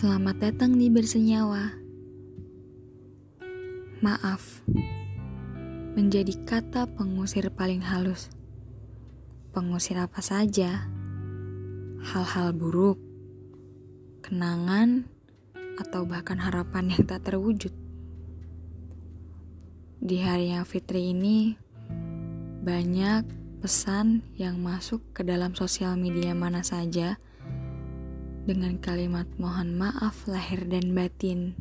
Selamat datang di Bersenyawa. Maaf menjadi kata pengusir paling halus. Pengusir apa saja? Hal-hal buruk, kenangan, atau bahkan harapan yang tak terwujud. Di hari yang fitri ini, banyak pesan yang masuk ke dalam sosial media mana saja dengan kalimat mohon maaf lahir dan batin.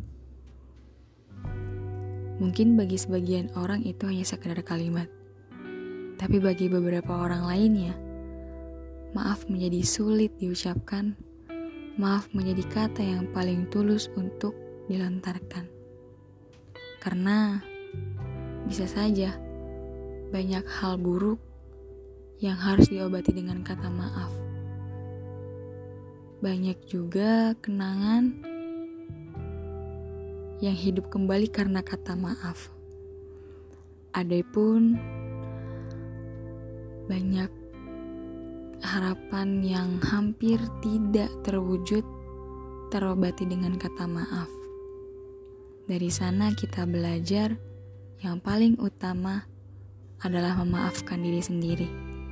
Mungkin bagi sebagian orang itu hanya sekedar kalimat, tapi bagi beberapa orang lainnya, maaf menjadi sulit diucapkan. Maaf menjadi kata yang paling tulus untuk dilontarkan. Karena bisa saja banyak hal buruk yang harus diobati dengan kata maaf. Banyak juga kenangan yang hidup kembali karena kata maaf. Adapun banyak harapan yang hampir tidak terwujud terobati dengan kata maaf. Dari sana kita belajar yang paling utama adalah memaafkan diri sendiri.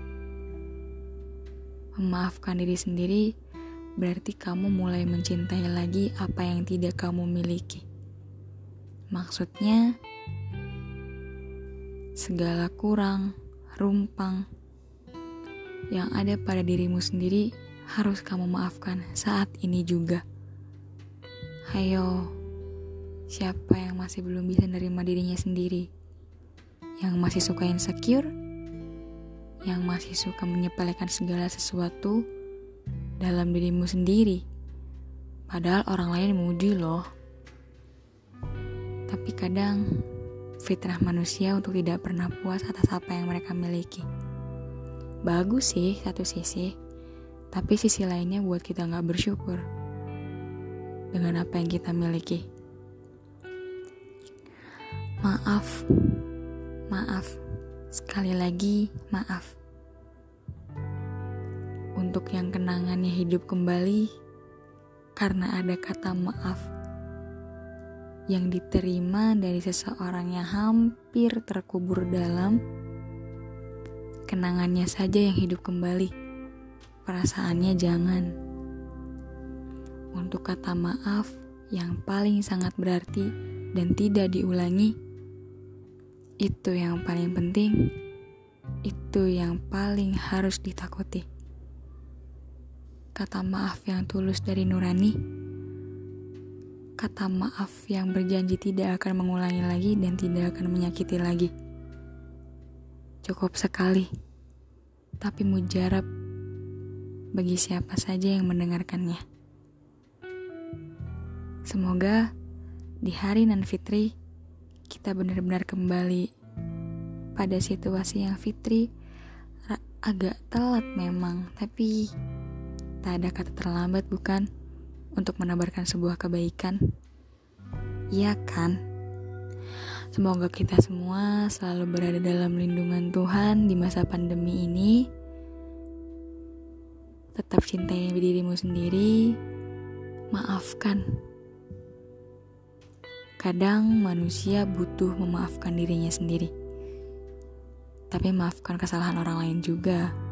Memaafkan diri sendiri berarti kamu mulai mencintai lagi apa yang tidak kamu miliki. Maksudnya, segala kurang, rumpang yang ada pada dirimu sendiri harus kamu maafkan saat ini juga. Hayo, siapa yang masih belum bisa menerima dirinya sendiri? Yang masih suka insecure? Yang masih suka menyepelekan segala sesuatu dalam dirimu sendiri, padahal orang lain memuji loh. Tapi kadang fitrah manusia untuk tidak pernah puas atas apa yang mereka miliki. Bagus sih satu sisi, tapi sisi lainnya buat kita gak bersyukur dengan apa yang kita miliki. Maaf, sekali lagi maaf. Untuk yang kenangannya hidup kembali karena ada kata maaf yang diterima dari seseorang yang hampir terkubur dalam, kenangannya saja yang hidup kembali, perasaannya jangan. Untuk kata maaf yang paling sangat berarti dan tidak diulangi, itu yang paling penting, itu yang paling harus ditakuti. Kata maaf yang tulus dari nurani, kata maaf yang berjanji tidak akan mengulangi lagi dan tidak akan menyakiti lagi. Cukup sekali, tapi mujarab bagi siapa saja yang mendengarkannya. Semoga di hari nan fitri kita benar-benar kembali pada situasi yang fitri. Agak telat memang, tapi tak ada kata terlambat bukan untuk menebarkan sebuah kebaikan. Iya kan? Semoga kita semua selalu berada dalam lindungan Tuhan di masa pandemi ini. Tetap cintai dirimu sendiri. Maafkan. Kadang manusia butuh memaafkan dirinya sendiri. Tapi maafkan kesalahan orang lain juga.